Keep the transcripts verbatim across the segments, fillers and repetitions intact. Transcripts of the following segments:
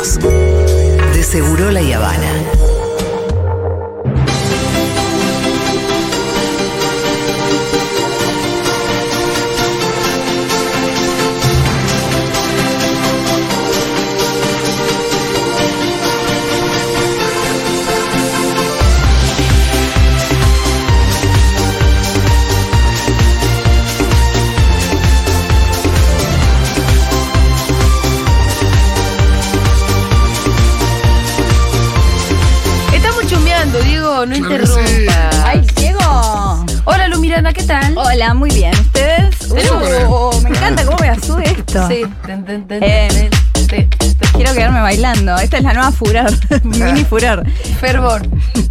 Seguimos. De Segurola y Habana. Diego, no Claro interrumpa. sí. ¡Ay, Diego! Hola, Lu Miranda, ¿qué tal? Hola, muy bien. ¿Ustedes? Uh, me encanta cómo me sube esto. Sí. Ten, ten, ten, Eh, ten, ten, ten. Quiero quedarme bailando. Esta es la nueva furor. Mini furor. Fervor.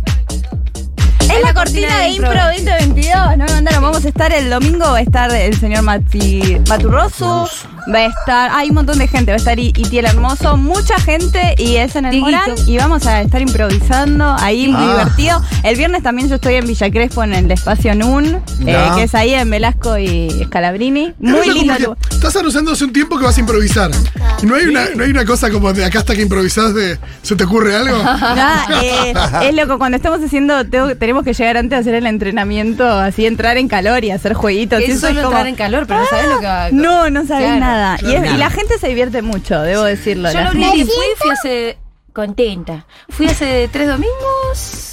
Es la cortina de Impro veinte veintidós. No me mandaron. Vamos a estar el domingo. Va a estar el señor Mati Maturroso. Va a estar. Hay un montón de gente. Va a estar I- Itiel Hermoso. Mucha gente. Y es en el Dieguito. Morán. Y vamos a estar improvisando ahí, muy Ah. divertido. El viernes también yo estoy en Villa Crespo en el espacio Nun. eh, Ya. que es ahí en Velasco y Scalabrini. Muy Eso lindo. como que estás anunciando hace un tiempo que vas a improvisar. ¿Y no hay, una, no hay una cosa como de acá hasta que improvisás de ¿se te ocurre algo? Ah, eh, es loco, cuando estamos haciendo, tengo- tenemos que llegar antes a hacer el entrenamiento, así entrar en calor y hacer jueguitos. Es y eso solo es como, entrar en calor, pero no sabes lo que va a... no, no sabes Claro, nada. Y, es- claro. y la gente se divierte mucho, debo decirlo. Yo La lo gente- único que fui, fui hace... Contenta. Fui hace tres domingos...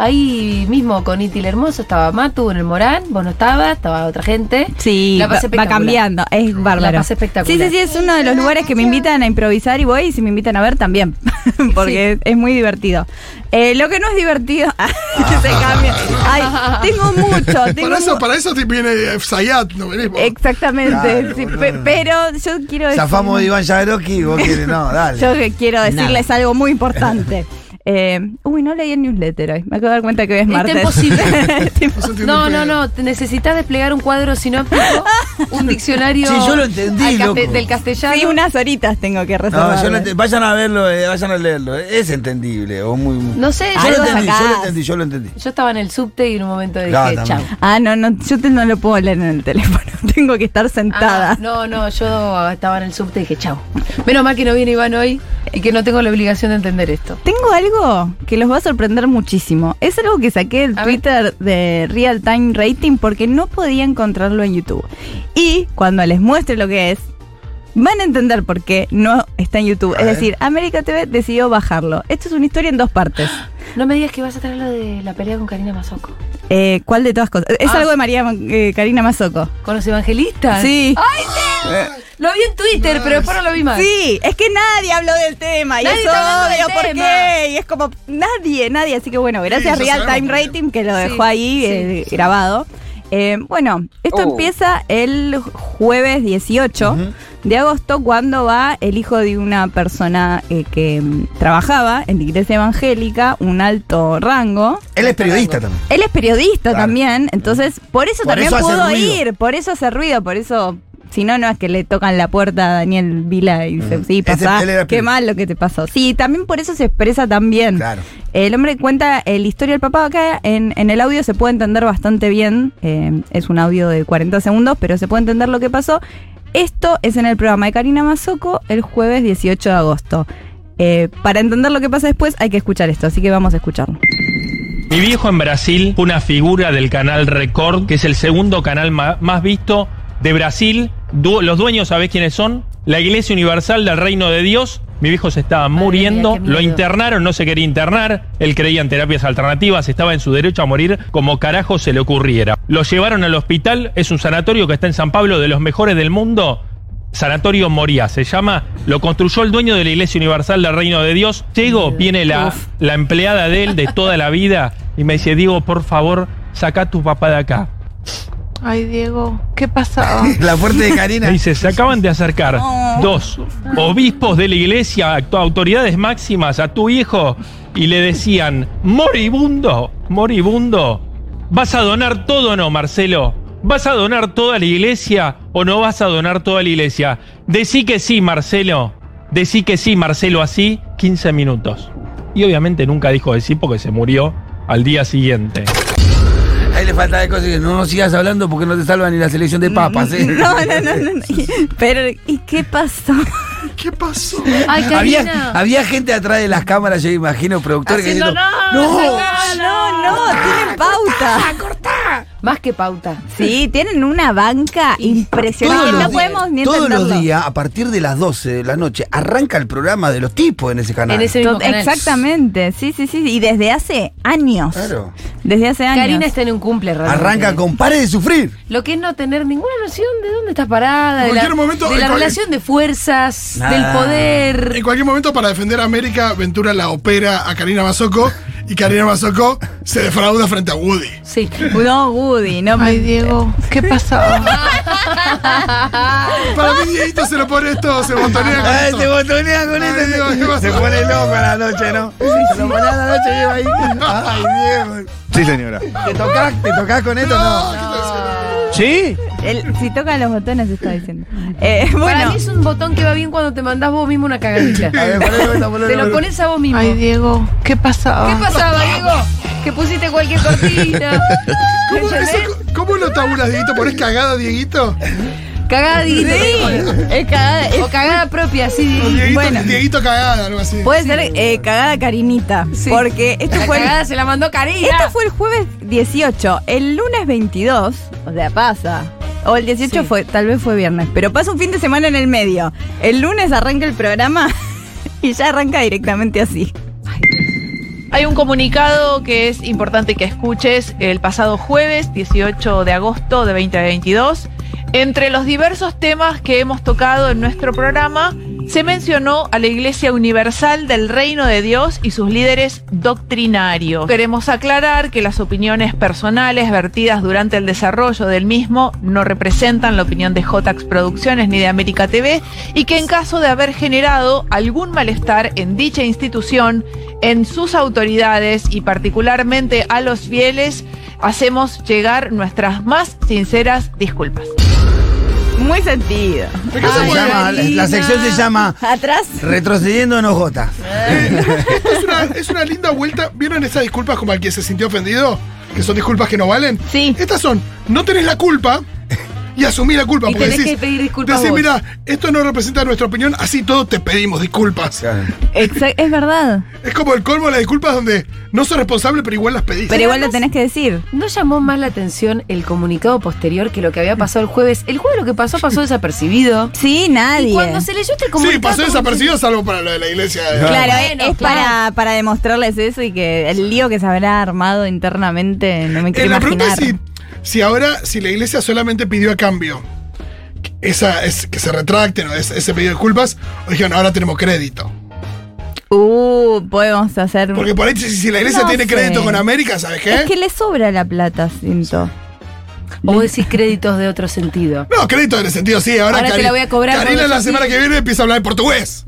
Ahí mismo con Itiel Hermoso, estaba Matu en el Morán, vos no estabas, estaba otra gente. Sí, La va, pasé va espectacular. cambiando, es bárbaro. La pasé espectacular. Sí, sí, sí, es uno de los lugares que me invitan a improvisar y voy, y si me invitan a ver también, porque es muy divertido. Eh, lo que no es divertido, se cambia. Ay, tengo mucho, tengo Para eso, mu- para eso te viene Sayat, ¿no venís vos? Exactamente, Claro, sí, boludo. pe- pero yo quiero decir... Zafamos de Iván Jagroski, vos querés, no, dale. Yo que quiero decirles algo muy importante. Eh, uy, no leí el newsletter hoy. Me acabo de dar cuenta que hoy es Está martes. imposible. Tipo, No se entiende No, un no, pedo. no, te necesitas desplegar un cuadro sinóptico, un diccionario Sí, yo lo entendí, al caste- loco. del castellano. sí, unas horitas tengo que reservar. No, yo lo ent- vayan a verlo, eh, vayan a leerlo. eh, Es entendible. O muy, No sé, yo yo, lo algo entendí, yo sacás. lo entendí, yo lo entendí. yo estaba en el subte y en un momento dije, Claro, chao. también. Ah, no, no, yo te- no lo puedo leer en el teléfono. Tengo que estar sentada. Ah, no, no, yo estaba en el subte y dije, chao. Menos mal que no viene Iván hoy y que no tengo la obligación de entender esto. Tengo algo que los va a sorprender muchísimo. Es algo que saqué del A ver. Twitter de Real Time Rating porque no podía encontrarlo en YouTube. Y cuando les muestre lo que es, van a entender por qué no está en YouTube. A Es ver. decir, América T V decidió bajarlo. Esto es una historia en dos partes. No me digas que vas a traer lo de la pelea con Karina Mazoco. Eh, ¿Cuál de todas cosas? Es Ah. algo de María eh, Karina Mazoco. ¿Con los evangelistas? Sí. ¡Ay, sí! Lo vi en Twitter, pero después no lo vi más. Sí, es que nadie habló del tema y Nadie eso está hablando del obvio, ¿por tema. qué? Y es como nadie, nadie. Así que bueno, gracias Sí, ya Real Time sabemos por qué. Rating que lo Sí, dejó ahí sí, eh, sí. grabado. Eh, bueno, esto Oh. empieza el jueves dieciocho Ujú. de agosto cuando va el hijo de una persona eh, que mm, trabajaba en la iglesia evangélica, un alto rango. Él es periodista también. Él es periodista Claro. también, entonces por eso Por también eso hace pudo ruido. ir, por eso hace ruido, por eso, si no, no es que le tocan la puerta a Daniel Vila y dice, Mm. sí, Ese- pasá, él era qué periodista. mal lo que te pasó. Sí, también por eso se expresa tan bien. Claro. El hombre cuenta el historia del papá acá, en, en el audio se puede entender bastante bien, eh, es un audio de cuarenta segundos, pero se puede entender lo que pasó. Esto es en el programa de Karina Mazoco el jueves dieciocho de agosto. Eh, para entender lo que pasa después hay que escuchar esto, así que vamos a escucharlo. Mi viejo en Brasil fue una figura del canal Record, que es el segundo canal ma- más visto de Brasil. Du- los dueños, ¿sabés quiénes son? La Iglesia Universal del Reino de Dios. Mi viejo se estaba muriendo, mía, qué miedo. lo internaron, no se quería internar, él creía en terapias alternativas, estaba en su derecho a morir como carajo se le ocurriera. Lo llevaron al hospital, es un sanatorio que está en San Pablo, de los mejores del mundo. Sanatorio Moria se llama, lo construyó el dueño de la Iglesia Universal del Reino de Dios. Llego, viene la, Uf. la empleada de él de toda la vida y me dice, Diego, por favor, saca a tu papá de acá. Ay, Diego, ¿qué pasó? La fuerte de Me Karina. dice, se acaban de acercar dos obispos de la iglesia, actu- autoridades máximas a tu hijo y le decían, moribundo, moribundo, ¿vas a donar todo o no, Marcelo? ¿Vas a donar toda la iglesia o no vas a donar toda la iglesia? Decí que sí, Marcelo. Decí que sí, Marcelo, así, quince minutos. Y obviamente nunca dijo de sí porque se murió al día siguiente. Ahí le falta de cosas que no nos sigas hablando porque no te salva ni la selección de papas, ¿eh? No, no, no, no, no. Pero, ¿y qué pasó? ¿Qué pasó? Ay, Había, Karina. había gente atrás de las cámaras, yo imagino, productores que Haciendo, diciendo, no, No, no, tienen pauta. Más que pauta. Sí, tienen una banca impresionante. Todos No los podemos días- ni todos entenderlo. los días, a partir de las doce de la noche, arranca el programa de los tipos en ese canal. En ese mismo To- canal. Exactamente, sí, sí, sí. Y desde hace años. Claro. Desde hace años. Karina está en un cumple realmente. Arranca con Pare de Sufrir. Lo que es no tener ninguna noción de dónde estás parada, En de la, cualquier momento, de en la cual- relación de fuerzas, Nada. del poder. En cualquier momento, para defender a América, Ventura la opera a Karina Mazzocco y Karina Mazzocco se defrauda frente a Woody. Sí. No, Woody, no me. Ay, Diego, ¿qué pasó? Para mí, Dieguito se lo pone esto, se botonea con Ah, esto. se botonea con Ay, esto. Diego, ¿qué Se, pasó? se pone loco a la noche, ¿no? Se lo pone a la noche y lleva ahí. Ay, Diego. Sí, señora. ¿Te tocás, ¿Te tocás con esto? No. ¿Sí? Él, si toca los botones, está diciendo. Eh, Para bueno, mí es un botón que va bien cuando te mandás vos mismo una cagadita. A ver, ponelo, ponelo, ponelo. Te lo pones a vos mismo. Ay, Diego, ¿qué pasó? ¿Qué pasaba, Diego? Que pusiste cualquier cortina. ¿Cómo, ¿Entendés? eso- ¿Cómo lo tabulas, Dieguito? ¿Ponés cagada, Dieguito? Cagada sí, Dieguito. es cagada. es- O cagada propia, sí. O Dieguito. Dieguito, Bueno. Dieguito cagada, algo así. Puede ser eh, cagada Karinita. Sí. Porque esto La fue. el- cagada se la mandó Karina. Esto fue el jueves dieciocho. El lunes veintidós, o sea, pasa. O el dieciocho Sí. fue, tal vez fue viernes, pero pasa un fin de semana en el medio. El lunes arranca el programa y ya arranca directamente así. Hay un comunicado que es importante que escuches. El pasado jueves, dieciocho de agosto de veinte veintidós, entre los diversos temas que hemos tocado en nuestro programa, se mencionó a la Iglesia Universal del Reino de Dios y sus líderes doctrinarios. Queremos aclarar que las opiniones personales vertidas durante el desarrollo del mismo no representan la opinión de Jotax Producciones ni de América T V, y que en caso de haber generado algún malestar en dicha institución, en sus autoridades y particularmente a los fieles, hacemos llegar nuestras más sinceras disculpas. Muy sentido. ¿De qué se Se puede? llama- la sección se llama Atrás. Retrocediendo en Ojota. Esto es una, es una linda vuelta. ¿Vieron esas disculpas como al que se sintió ofendido? Que son disculpas que no valen. Sí. Estas son, no tenés la culpa y asumí la culpa. Y porque tenés decís, que pedir disculpas decís, vos. mira, esto no representa nuestra opinión, así todos te pedimos disculpas. Exa- es verdad. Es como el colmo de las disculpas donde no sos responsable, pero igual las pedís. Pero igual lo tenés que decir. ¿No llamó más la atención el comunicado posterior que lo que había pasado el jueves? El jueves lo que pasó pasó desapercibido. Sí, nadie. Y cuando se leyó este Sí, comunicado... pasó como desapercibido salvo para lo de la iglesia. de- Claro, es- Bueno, es claro. Para, para demostrarles eso y que el lío que se habrá armado internamente no me Eh, quiero la pregunta imaginar. es si, si ahora, si la iglesia solamente pidió a cambio esa, es, que se retracten o ese, ese pedido de disculpas, o dijeron, ahora tenemos crédito. Uh, podemos hacer. Porque por ahí, si, si la iglesia No tiene sé. crédito con América, ¿sabes qué? Es que le sobra la plata, siento. O vos decís créditos de otro sentido. No, crédito en el sentido, sí. Ahora, Ahora te Cari- la voy a cobrar Karina cuando la yo semana sí. que viene empieza a hablar en portugués.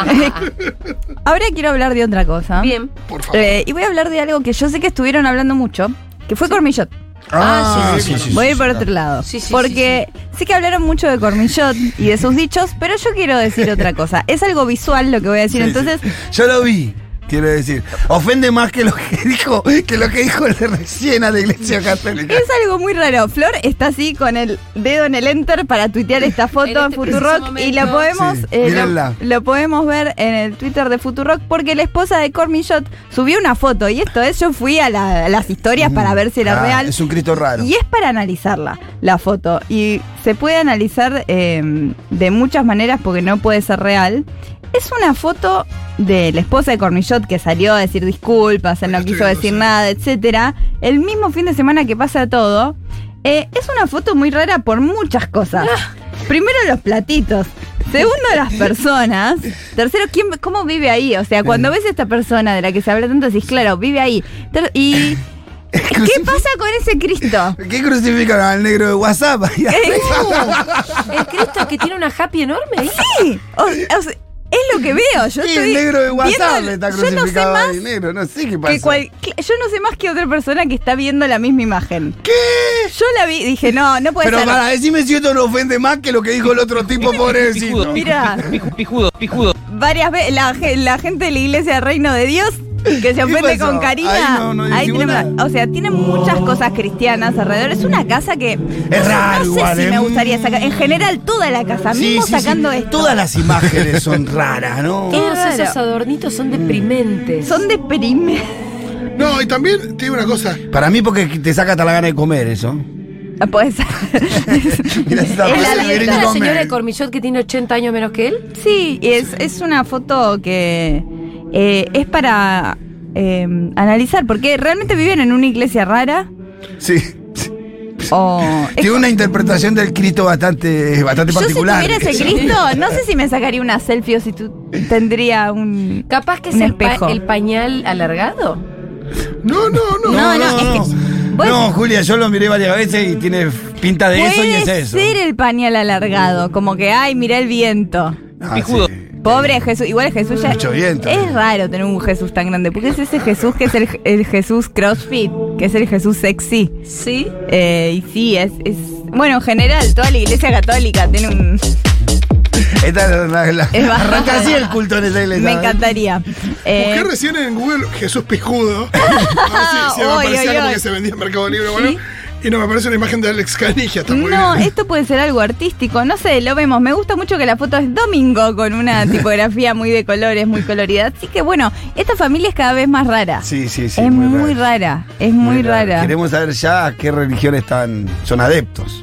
Ahora quiero hablar de otra cosa. Bien. Por favor. Eh, y voy a hablar de algo que yo sé que estuvieron hablando mucho, que fue Cormillot. Ah, sí, sí, Voy a ir por otro lado. Sí, sí, porque sé que hablaron mucho de Cormillot y de sus dichos, pero yo quiero decir otra cosa. Es algo visual lo que voy a decir, Sí, entonces... sí. Yo lo vi, quiero decir. Ofende más que lo que dijo, que lo que dijo el de recién a la iglesia católica. Es algo muy raro. Flor está así con el dedo en el enter para tuitear esta foto En en, este Futurock preciso y la momento. podemos Sí, eh, mírenla. lo, lo podemos ver en el Twitter de Futurock porque la esposa de Cormillot subió una foto y esto es, yo fui a, la- a las historias para ver si era Ah, real. Es un Cristo raro. Y es para analizarla, la foto. Y se puede analizar eh, de muchas maneras porque no puede ser real. Es una foto de la esposa de Cormillot que salió a decir disculpas, él no Estoy quiso viendo, decir sí. nada, etcétera. El mismo fin de semana que pasa todo. Eh, es una foto muy rara por muchas cosas. Primero los platitos. Segundo, las personas. Tercero, ¿quién, ¿cómo vive ahí? O sea, cuando ves a esta persona de la que se habla tanto, decís, claro, vive ahí. Ter- y... ¿Qué pasa con ese Cristo? ¿Qué crucifican al negro de WhatsApp? El Cristo que tiene una happy enorme ahí. Sí, o, o sea, es lo que veo. Yo Sí, estoy el negro de WhatsApp viendo- está yo no sé crucificado más ahí, negro. No sé qué pasa. que cual- que- yo no sé más que otra persona que está viendo la misma imagen. ¿Qué? Yo la vi, dije, no, no puede Pero ser. para decime si esto no ofende más que lo que dijo el otro tipo, pobrecito. Mira, Pijudo, pijudo. varias veces la, ge- la gente de la iglesia del Reino de Dios que se ofende pasó? con Karina. Ahí no- no ahí decimos tenemos- nada. o sea, tiene muchas cosas cristianas alrededor. Es una casa que. Es raro No sé igual, si ¿eh? me gustaría sacar. En general, toda la casa. Sí, Mismo sí, sí. sacando esto. Todas las imágenes son raras, ¿no? Todos raro. esos adornitos son deprimentes. Son de experimento. No, y también te digo una cosa. Para mí porque te saca hasta la gana de comer eso. Pues. Mira, esa Es la persona dieta. quiere ¿Es la comer. señora de Cormillot que tiene ochenta años menos que él? Sí, es, es una foto que eh, es para eh, analizar, porque realmente viven en una iglesia rara. Sí. O es Tiene una interpretación del Cristo bastante, bastante Yo si particular. tuviera ese Cristo, no sé si me sacaría una selfie o si tú tendría un... Capaz que es Un el, pa- espejo. el pañal alargado. No, no, no. No, no, es que- vos- No, Julia, yo lo miré varias veces y tiene pinta de eso y es Puede eso. ser el pañal alargado, como que, ay, mira el viento. Ah, Pijudo. sí. Pobre Jesús, igual Jesús ya... Mucho viento. Es raro tener un Jesús tan grande, porque es ese Jesús que es el, el Jesús CrossFit, que es el Jesús sexy. Sí. Eh, y sí, es, es... Bueno, en general, toda la iglesia católica tiene un... Esta es la, la- Es bastante- arranca así el culto en esa iglesia. Me ¿eh? encantaría. Eh, Busqué recién en Google Jesús Pijudo. A ver si, si me Oy, aparecía oy, como oy. que se vendía en Mercado Libre. Bueno, y no me aparece una imagen de Alex Canilla. Está muy no, bien. esto puede ser algo artístico, no sé, lo vemos. Me gusta mucho que la foto es domingo con una tipografía muy de colores, muy colorida. Así que bueno, esta familia es cada vez más rara. Sí, sí, sí. es muy, rara. es muy, rara. Queremos saber ya a qué religión están, son adeptos.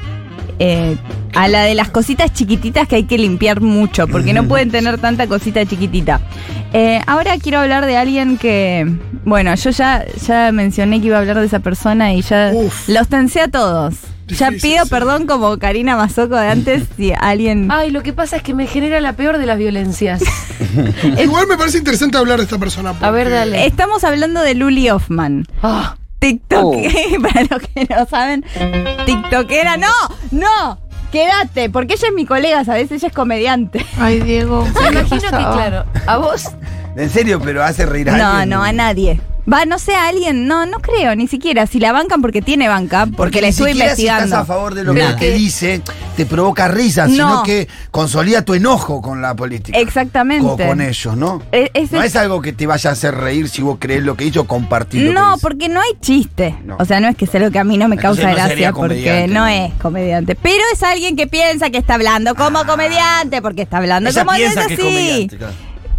Eh, a la de las cositas chiquititas que hay que limpiar mucho, porque no pueden tener tanta cosita chiquitita. Eh, ahora quiero hablar de alguien que, bueno, yo ya, ya mencioné que iba a hablar de esa persona y ya Uf. los tensé a todos. Ya Difícil, pido sí. perdón como Karina Mazzocco de antes si alguien... Ay, lo que pasa es que me genera la peor de las violencias. Igual me parece interesante hablar de esta persona. A ver, porque- dale. Estamos hablando de Luli Hoffman. Ah, TikTok, para los que no saben, TikTokera, no, no, quédate, porque ella es mi colega, ¿sabes? Ella es comediante. Ay, Diego. me imagino que, claro, a vos. En serio, pero hace reír a No, alguien. no, a nadie. Va, no sé, a alguien, no, no creo, ni siquiera. Si la bancan porque tiene banca, porque, la ni estuve siquiera investigando. Si estás a favor de lo Pero que que- te dice, te provoca risa, No. sino que consolida tu enojo con la política. Exactamente. O con ellos, ¿no? E- ese- No es algo que te vaya a hacer reír si vos crees lo que hizo o compartir lo que No, dice. porque no hay chiste. No. O sea, no es que sea algo que a mí no me Entonces causa no sería gracia, porque comediante, no ¿no? es comediante. Pero es alguien que piensa que está hablando como comediante, porque está hablando Ella como piensa no que es es así. comediante, claro.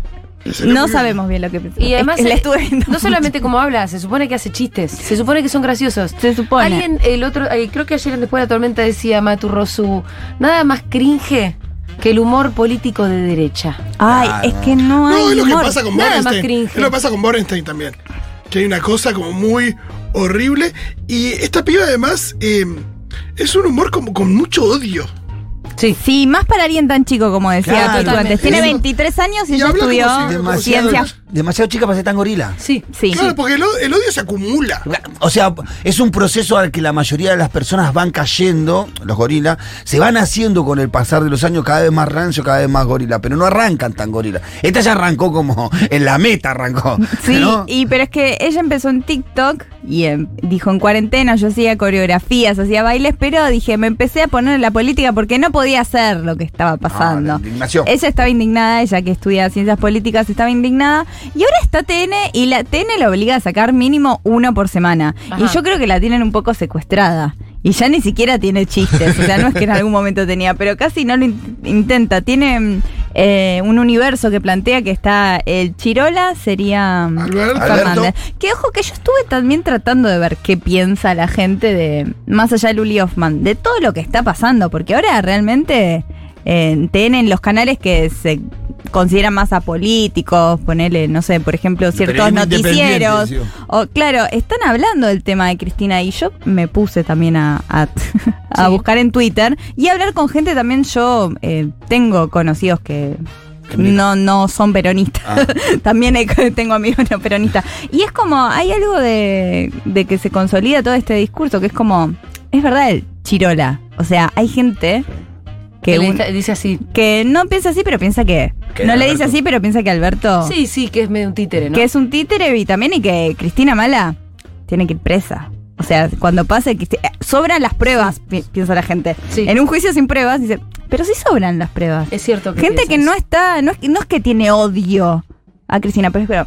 No sabemos bien lo que piensa. Y además, Es que la eh, estuve viendo no solamente como habla, se supone que hace chistes, se supone que son graciosos. Se supone. Alguien, el otro, eh, creo que ayer en Después de la Tormenta decía Matu Rosu, nada más cringe que el humor político de derecha. Ay, Claro. es que no hay No, es lo que humor. pasa con Nada más Borenstein. cringe. Es lo que pasa con Borenstein también. Que hay una cosa como muy horrible. Y esta piba además eh, es un humor como con mucho odio. Sí. Sí, más para alguien tan chico como decía Claro, tu antes. totalmente. Tiene Eso- veintitrés años y, y ella habla como estudió si- Demasiado, ciencias. demasiado chica para ser tan gorila. Sí. Sí. Claro, porque el, o- el odio se acumula. O sea, es un proceso al que la mayoría de las personas van cayendo, los gorilas, se van haciendo con el pasar de los años cada vez más rancio, cada vez más gorila, pero no arrancan tan gorila. Esta ya arrancó como en la meta arrancó. Sí, ¿no? y pero es que ella empezó en TikTok y em, dijo en cuarentena yo hacía coreografías, hacía bailes, pero dije, me empecé a poner en la política porque no podía hacer lo que estaba pasando. Ah, la indignación. Ella estaba indignada, ella que estudia ciencias políticas estaba indignada, y ahora está T N y la T N la obliga a sacar mínimo uno por semana. Ajá. Y yo creo que la tienen un poco secuestrada. Y ya ni siquiera tiene chistes, o sea, no es que en algún momento tenía, pero casi no lo in- intenta. Tiene mm, eh, un universo que plantea que está el Chirola, sería mm, Alberto. Fernández. Que ojo que yo estuve también tratando de ver qué piensa la gente de, más allá de Luli Hoffman, de todo lo que está pasando, porque ahora realmente eh, tienen los canales que se consideran más apolíticos, ponerle, no sé, por ejemplo, ciertos Periodismo independiente, noticieros. decía. O, claro, están hablando del tema de Cristina y yo me puse también a, a, a Sí. buscar en Twitter y a hablar con gente también. Yo eh, tengo conocidos que Que me- no, no son peronistas. Ah. También hay- tengo amigos no peronistas. Y es como, hay algo de, de que se consolida todo este discurso, que es como, es verdad el Chirola. O sea, hay gente que, Que le un- está- dice así. que no piensa así, pero piensa que... Que no le Alberto- dice así, pero piensa que Alberto... Sí, sí, que es medio un títere, ¿no? Que es un títere y también y que Cristina Mala tiene que ir presa. O sea, cuando pase, Cristi- eh, sobran las pruebas, pi- piensa la gente. Sí. En un juicio sin pruebas, dice, pero sí sobran las pruebas. Es cierto que Gente que piensas. no está, no es, que- no es que tiene odio a Cristina, pero es que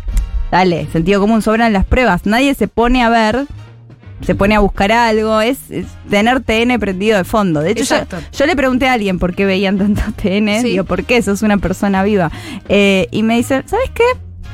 dale, sentido común, sobran las pruebas. Nadie se pone a ver, se pone a buscar algo, es, es tener T N prendido de fondo. De hecho, yo, Exacto. yo le pregunté a alguien por qué veían tanto T N, Sí. digo, ¿por qué? Sos una persona viva. Eh, y me dice, ¿sabes qué?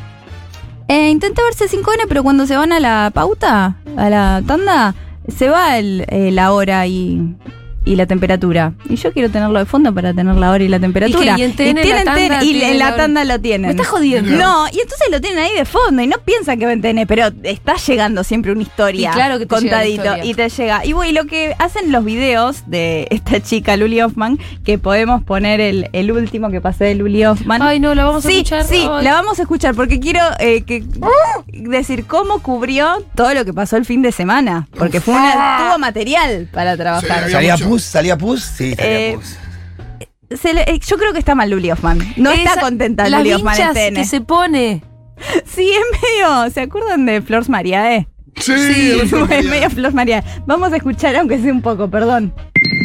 Eh, intenté ver C cinco N, pero cuando se van a la pauta, a la tanda, se va el, eh, la hora y, y la temperatura. Y yo quiero tenerlo de fondo para tener la hora y la temperatura. ¿Y qué? ¿Y en T N en la tienen tanda T N, y tienen en la la hora? tanda lo tienen. Me estás jodiendo. No, y entonces lo tienen ahí de fondo y no piensan que ven T N, pero está llegando siempre una historia. Y claro que te llega la contadito historia. y te llega. Y, bueno, y lo que hacen los videos de esta chica Luli Hoffman, que podemos poner el, el último que pasé de Luli Hoffman. Ay, no, la vamos a Sí, escuchar. sí, Ay. la vamos a escuchar porque quiero eh, que, decir cómo cubrió todo lo que pasó el fin de semana. Porque fue una, tuvo material para trabajar. Sí, ¿Salía mucho. Pus? ¿Salía Pus? Sí, salía Eh, Pus. Se le- eh, yo creo que está mal Luli Hoffman. No está Esa- contenta las Luli Hoffman en vinchas T N. que se pone. Sí, es medio. ¿Se acuerdan de Flors Mariae? Sí, Sí, el otro es día. medio Flors Mariae. Vamos a escuchar, aunque sea un poco, perdón.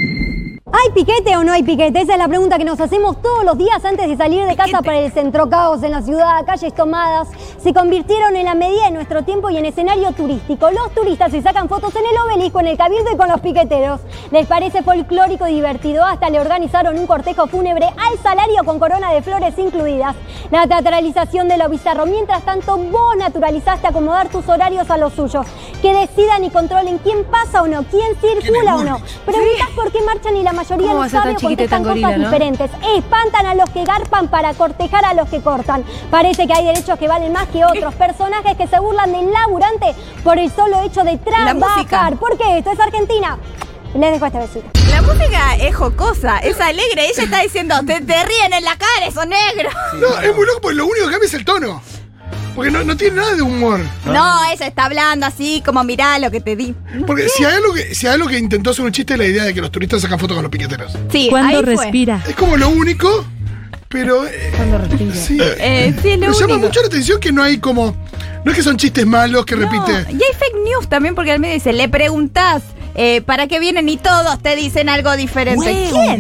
¿Hay piquete o no hay piquete? Esa es la pregunta que nos hacemos todos los días antes de salir de casa para el centro caos en la ciudad. Calles tomadas se convirtieron en la medida de nuestro tiempo y en escenario turístico. Los turistas se sacan fotos en el obelisco, en el cabildo y con los piqueteros. Les parece folclórico y divertido. Hasta le organizaron un cortejo fúnebre al salario con corona de flores incluidas. La teatralización de lo bizarro. Mientras tanto, vos naturalizaste acomodar tus horarios a los suyos. Que decidan y controlen quién pasa o no, quién circula o no. Preguntas por qué marchan y la mayoría ¿Cómo no va a ser sabe tan o chiquita y contestan tan cosas gorila, no? diferentes. Espantan a los que garpan para cortejar a los que cortan. Parece que hay derechos que valen más que otros. Personajes que se burlan del laburante por el solo hecho de La música. trabajar. ¿Por qué? Esto es Argentina. Les dejo este besito. La música es jocosa, es alegre. Ella está diciendo, te, te ríen en la cara, esos negros. No, es muy loco porque lo único que cambia es el tono. Porque no, no tiene nada de humor. No, ella está hablando así, como mirá lo que te di. Porque si hay, algo que, si hay algo que intentó hacer un chiste es la idea de que los turistas sacan fotos con los piqueteros. Sí, Cuando ahí fue. respira. Es como lo único, pero... eh, Cuando respira. sí. Eh, sí, es lo Me llama único. mucho la atención que no hay como... No es que son chistes malos que No, repite. y hay fake news también porque al medio dice, le preguntás eh, para qué vienen y todos te dicen algo diferente. ¿Quién?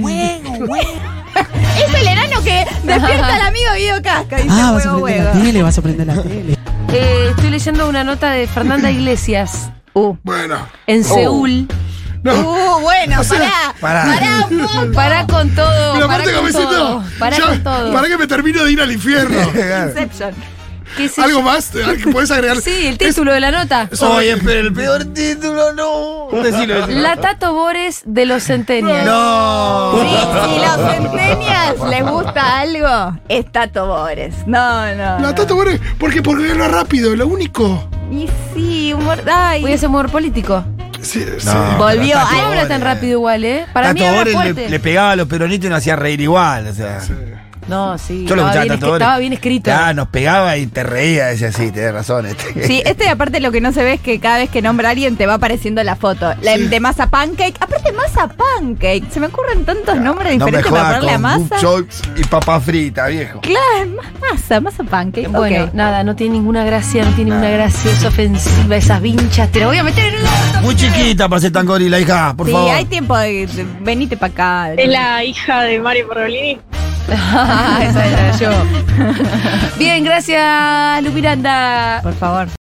Es el enano que despierta al amigo Guido Casca. Dice, Ah, vas a huevo, prender la huevo. tele, vas a prender la tele. Eh, estoy leyendo una nota de Fernanda Iglesias Uh, Bueno. en Oh. Seúl. No. uh, bueno, O sea, pará, pará. pará un poco. Pará con todo. Pero Pará aparte, con cabecito, todo. Pará ya, con todo. para que me termino de ir al infierno. Inception. ¿Qué sé ¿Algo yo? más? ¿Que puedes agregar? Sí, el título de la nota. Oye, pero el peor título no. Decilo, decilo. La Tato Bores de los Centennials. No. Sí, si los centenials les gusta algo, es Tato Bores. No, no. La no. Tato Bores, porque porque habla rápido, lo único. Y sí, humor. Ay. Voy a hacer humor político. Sí, sí. No. Volvió. Tato Ay, No habla tan rápido igual, ¿eh? Para mí Tato habla Bores fuerte. le, le pegaba a los peronistas y nos hacía reír igual. O sea. No, sí. Yo lo estaba, escuchaba bien, a Tato es que Bores. estaba bien escrito. Ah, nos pegaba y te reía. Decía, sí, tenés razón. Este. Sí, este aparte lo que no se ve es que cada vez que nombra a alguien te va apareciendo la foto. La Sí. de masa pancake. Aparte masa pancake. Se me ocurren tantos nombres No me diferentes para jodas ponerle a con masa. buchos y papa frita, viejo. Claro, más masa, masa pancake. Bueno, Ok. nada, no tiene ninguna gracia, no tiene ninguna gracia, es ofensiva, esas vinchas, te la voy a meter en el orto. Muy chiquita para ser tan gorila, hija, por sí, favor. hay tiempo de, de- venite para acá. Es la hija de Mario Pergolini. Esa era yo. Bien, gracias, Lu Miranda. Por favor.